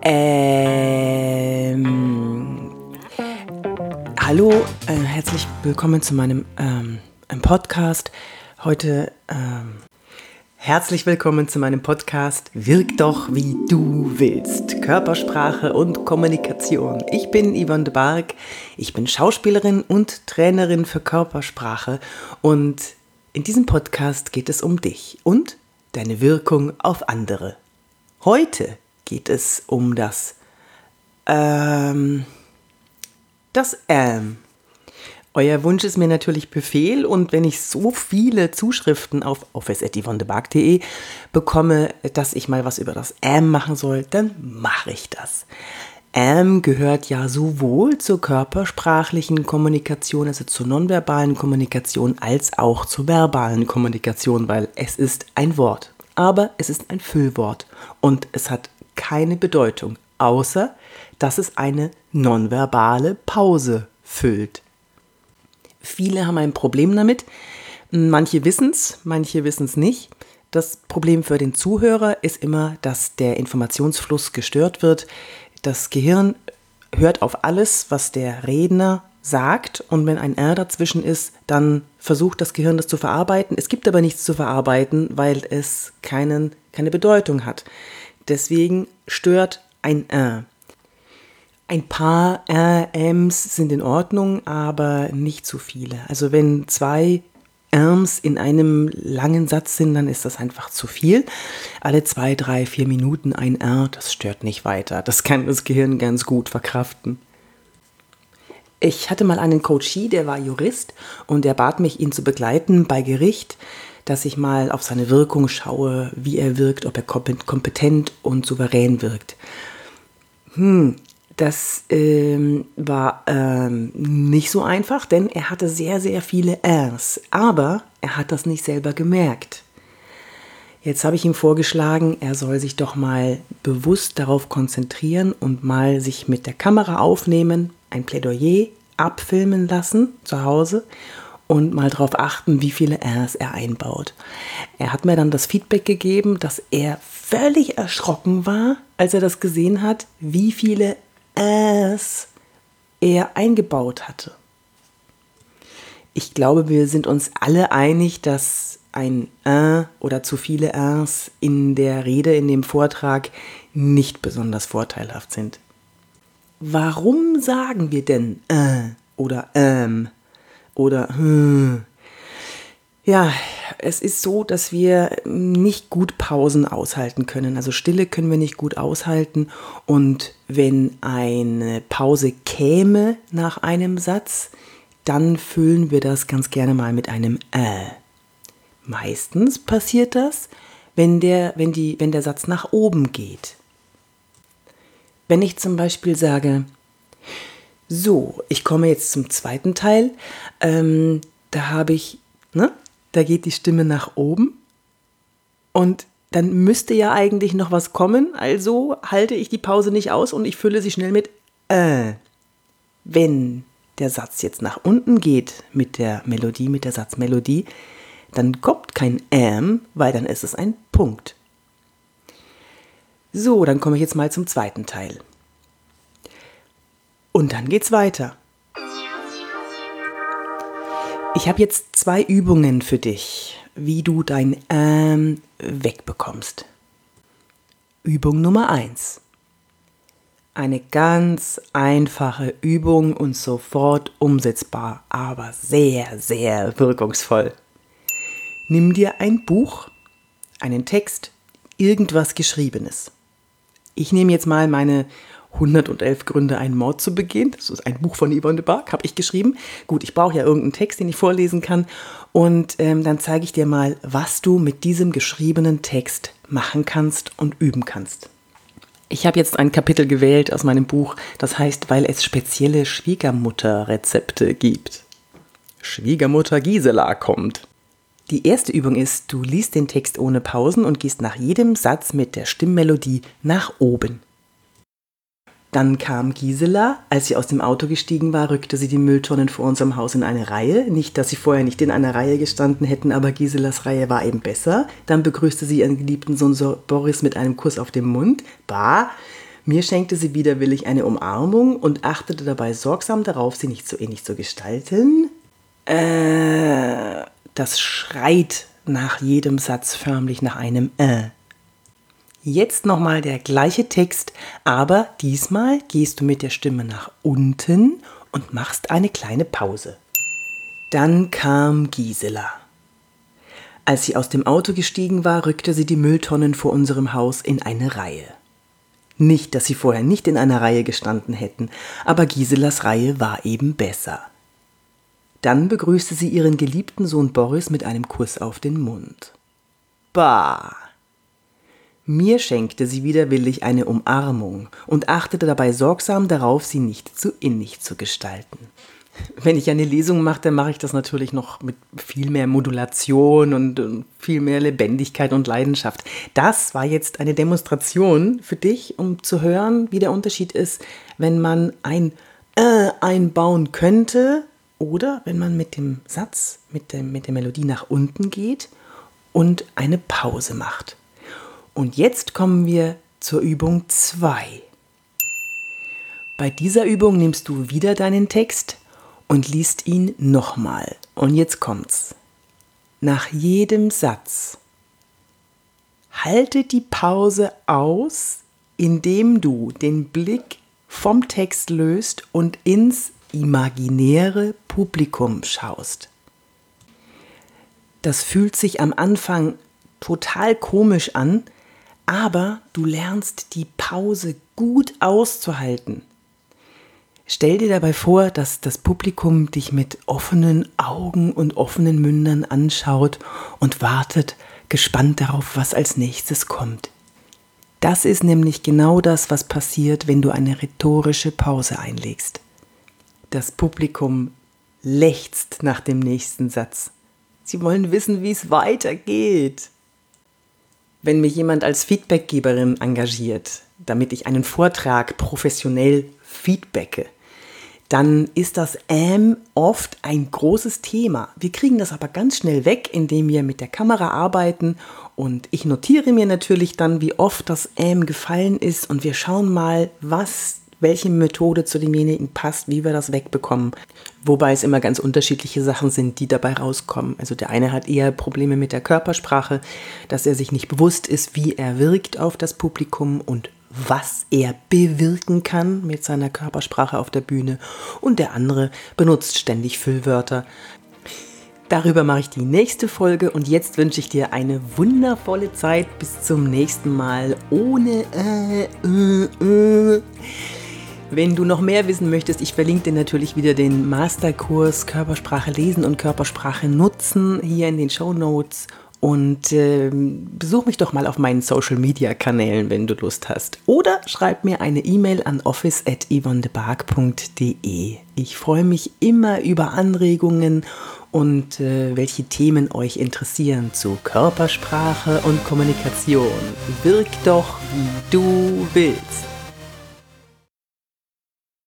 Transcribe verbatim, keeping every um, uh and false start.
Ähm, hallo, äh, herzlich willkommen zu meinem ähm, Podcast. Heute ähm, herzlich willkommen zu meinem Podcast Wirk doch wie du willst. Körpersprache und Kommunikation. Ich bin Yvonne de Barg, ich bin Schauspielerin und Trainerin für Körpersprache und in diesem Podcast geht es um dich und deine Wirkung auf andere. Heute geht es um das ähm, das Ähm. Euer Wunsch ist mir natürlich Befehl und wenn ich so viele Zuschriften auf office at yvonne de barg punkt de bekomme, dass ich mal was über das Ähm machen soll, dann mache ich das. Ähm gehört ja sowohl zur körpersprachlichen Kommunikation, also zur nonverbalen Kommunikation, als auch zur verbalen Kommunikation, weil es ist ein Wort. Aber es ist ein Füllwort und es hat keine Bedeutung, außer dass es eine nonverbale Pause füllt. Viele haben ein Problem damit, manche wissen es, manche wissen es nicht. Das Problem für den Zuhörer ist immer, dass der Informationsfluss gestört wird. Das Gehirn hört auf alles, was der Redner sagt und wenn ein R dazwischen ist, dann versucht das Gehirn das zu verarbeiten. Es gibt aber nichts zu verarbeiten, weil es keinen, keine Bedeutung hat. Deswegen stört ein R. Ein paar R Ms sind in Ordnung, aber nicht zu viele. Also wenn zwei Rms in einem langen Satz sind, dann ist das einfach zu viel. Alle zwei, drei, vier Minuten ein R, das stört nicht weiter. Das kann das Gehirn ganz gut verkraften. Ich hatte mal einen Coachie, der war Jurist und der bat mich, ihn zu begleiten bei Gericht, dass ich mal auf seine Wirkung schaue, wie er wirkt, ob er kompetent und souverän wirkt. Hm, das ähm, war ähm, nicht so einfach, denn er hatte sehr, sehr viele Rs, aber er hat das nicht selber gemerkt. Jetzt habe ich ihm vorgeschlagen, er soll sich doch mal bewusst darauf konzentrieren und mal sich mit der Kamera aufnehmen, ein Plädoyer abfilmen lassen zu Hause und mal darauf achten, wie viele Rs er einbaut. Er hat mir dann das Feedback gegeben, dass er völlig erschrocken war, als er das gesehen hat, wie viele Rs er eingebaut hatte. Ich glaube, wir sind uns alle einig, dass ein Ä oder zu viele Rs in der Rede, in dem Vortrag nicht besonders vorteilhaft sind. Warum sagen wir denn äh oder ähm oder hm? Ja, es ist so, dass wir nicht gut Pausen aushalten können. Also Stille können wir nicht gut aushalten. Und wenn eine Pause käme nach einem Satz, dann füllen wir das ganz gerne mal mit einem äh. Meistens passiert das, wenn der, wenn die, wenn der Satz nach oben geht. Wenn ich zum Beispiel sage, so, ich komme jetzt zum zweiten Teil, ähm, da habe ich, ne, da geht die Stimme nach oben und dann müsste ja eigentlich noch was kommen, also halte ich die Pause nicht aus und ich fülle sie schnell mit äh. Wenn der Satz jetzt nach unten geht mit der Melodie, mit der Satzmelodie, dann kommt kein ähm, weil dann ist es ein Punkt. So, dann komme ich jetzt mal zum zweiten Teil. Und dann geht's weiter. Ich habe jetzt zwei Übungen für dich, wie du dein Ähm wegbekommst. Übung Nummer eins. Eine ganz einfache Übung und sofort umsetzbar, aber sehr, sehr wirkungsvoll. Nimm dir ein Buch, einen Text, irgendwas Geschriebenes. Ich nehme jetzt mal meine hundertelf Gründe, einen Mord zu begehen. Das ist ein Buch von Yvonne de Barg, habe ich geschrieben. Gut, ich brauche ja irgendeinen Text, den ich vorlesen kann. Und ähm, dann zeige ich dir mal, was du mit diesem geschriebenen Text machen kannst und üben kannst. Ich habe jetzt ein Kapitel gewählt aus meinem Buch, das heißt, weil es spezielle Schwiegermutter-Rezepte gibt. Schwiegermutter Gisela kommt. Die erste Übung ist, du liest den Text ohne Pausen und gehst nach jedem Satz mit der Stimmmelodie nach oben. Dann kam Gisela, als sie aus dem Auto gestiegen war, rückte sie die Mülltonnen vor unserem Haus in eine Reihe. Nicht, dass sie vorher nicht in einer Reihe gestanden hätten, aber Giselas Reihe war eben besser. Dann begrüßte sie ihren geliebten Sohn Boris mit einem Kuss auf den Mund. Bah! Mir schenkte sie widerwillig eine Umarmung und achtete dabei sorgsam darauf, sie nicht so ähnlich zu gestalten. Äh, das schreit nach jedem Satz förmlich nach einem äh. Jetzt nochmal der gleiche Text, aber diesmal gehst du mit der Stimme nach unten und machst eine kleine Pause. Dann kam Gisela. Als sie aus dem Auto gestiegen war, rückte sie die Mülltonnen vor unserem Haus in eine Reihe. Nicht, dass sie vorher nicht in einer Reihe gestanden hätten, aber Giselas Reihe war eben besser. Dann begrüßte sie ihren geliebten Sohn Boris mit einem Kuss auf den Mund. Bah! Mir schenkte sie widerwillig eine Umarmung und achtete dabei sorgsam darauf, sie nicht zu innig zu gestalten. Wenn ich eine Lesung mache, dann mache ich das natürlich noch mit viel mehr Modulation und, und viel mehr Lebendigkeit und Leidenschaft. Das war jetzt eine Demonstration für dich, um zu hören, wie der Unterschied ist, wenn man ein äh einbauen könnte oder wenn man mit dem Satz, mit der, mit der Melodie nach unten geht und eine Pause macht. Und jetzt kommen wir zur Übung zwei. Bei dieser Übung nimmst du wieder deinen Text und liest ihn nochmal. Und jetzt kommt's. Nach jedem Satz halte die Pause aus, indem du den Blick vom Text löst und ins imaginäre Publikum schaust. Das fühlt sich am Anfang total komisch an, aber du lernst die Pause gut auszuhalten. Stell dir dabei vor, dass das Publikum dich mit offenen Augen und offenen Mündern anschaut und wartet gespannt darauf, was als nächstes kommt. Das ist nämlich genau das, was passiert, wenn du eine rhetorische Pause einlegst. Das Publikum lechzt nach dem nächsten Satz. Sie wollen wissen, wie es weitergeht. Wenn mich jemand als Feedbackgeberin engagiert, damit ich einen Vortrag professionell feedbacke, dann ist das Ähm oft ein großes Thema. Wir kriegen das aber ganz schnell weg, indem wir mit der Kamera arbeiten und ich notiere mir natürlich dann, wie oft das Ähm gefallen ist und wir schauen mal, was, welche Methode zu demjenigen passt, wie wir das wegbekommen. Wobei es immer ganz unterschiedliche Sachen sind, die dabei rauskommen. Also der eine hat eher Probleme mit der Körpersprache, dass er sich nicht bewusst ist, wie er wirkt auf das Publikum und was er bewirken kann mit seiner Körpersprache auf der Bühne. Und der andere benutzt ständig Füllwörter. Darüber mache ich die nächste Folge und jetzt wünsche ich dir eine wundervolle Zeit. Bis zum nächsten Mal ohne äh, äh, äh. Wenn du noch mehr wissen möchtest, ich verlinke dir natürlich wieder den Masterkurs Körpersprache lesen und Körpersprache nutzen hier in den Shownotes. Und äh, besuch mich doch mal auf meinen Social-Media-Kanälen, wenn du Lust hast. Oder schreib mir eine E-Mail an office at yvonnebark punkt de. Ich freue mich immer über Anregungen und äh, welche Themen euch interessieren zu Körpersprache und Kommunikation. Wirk doch, wie du willst.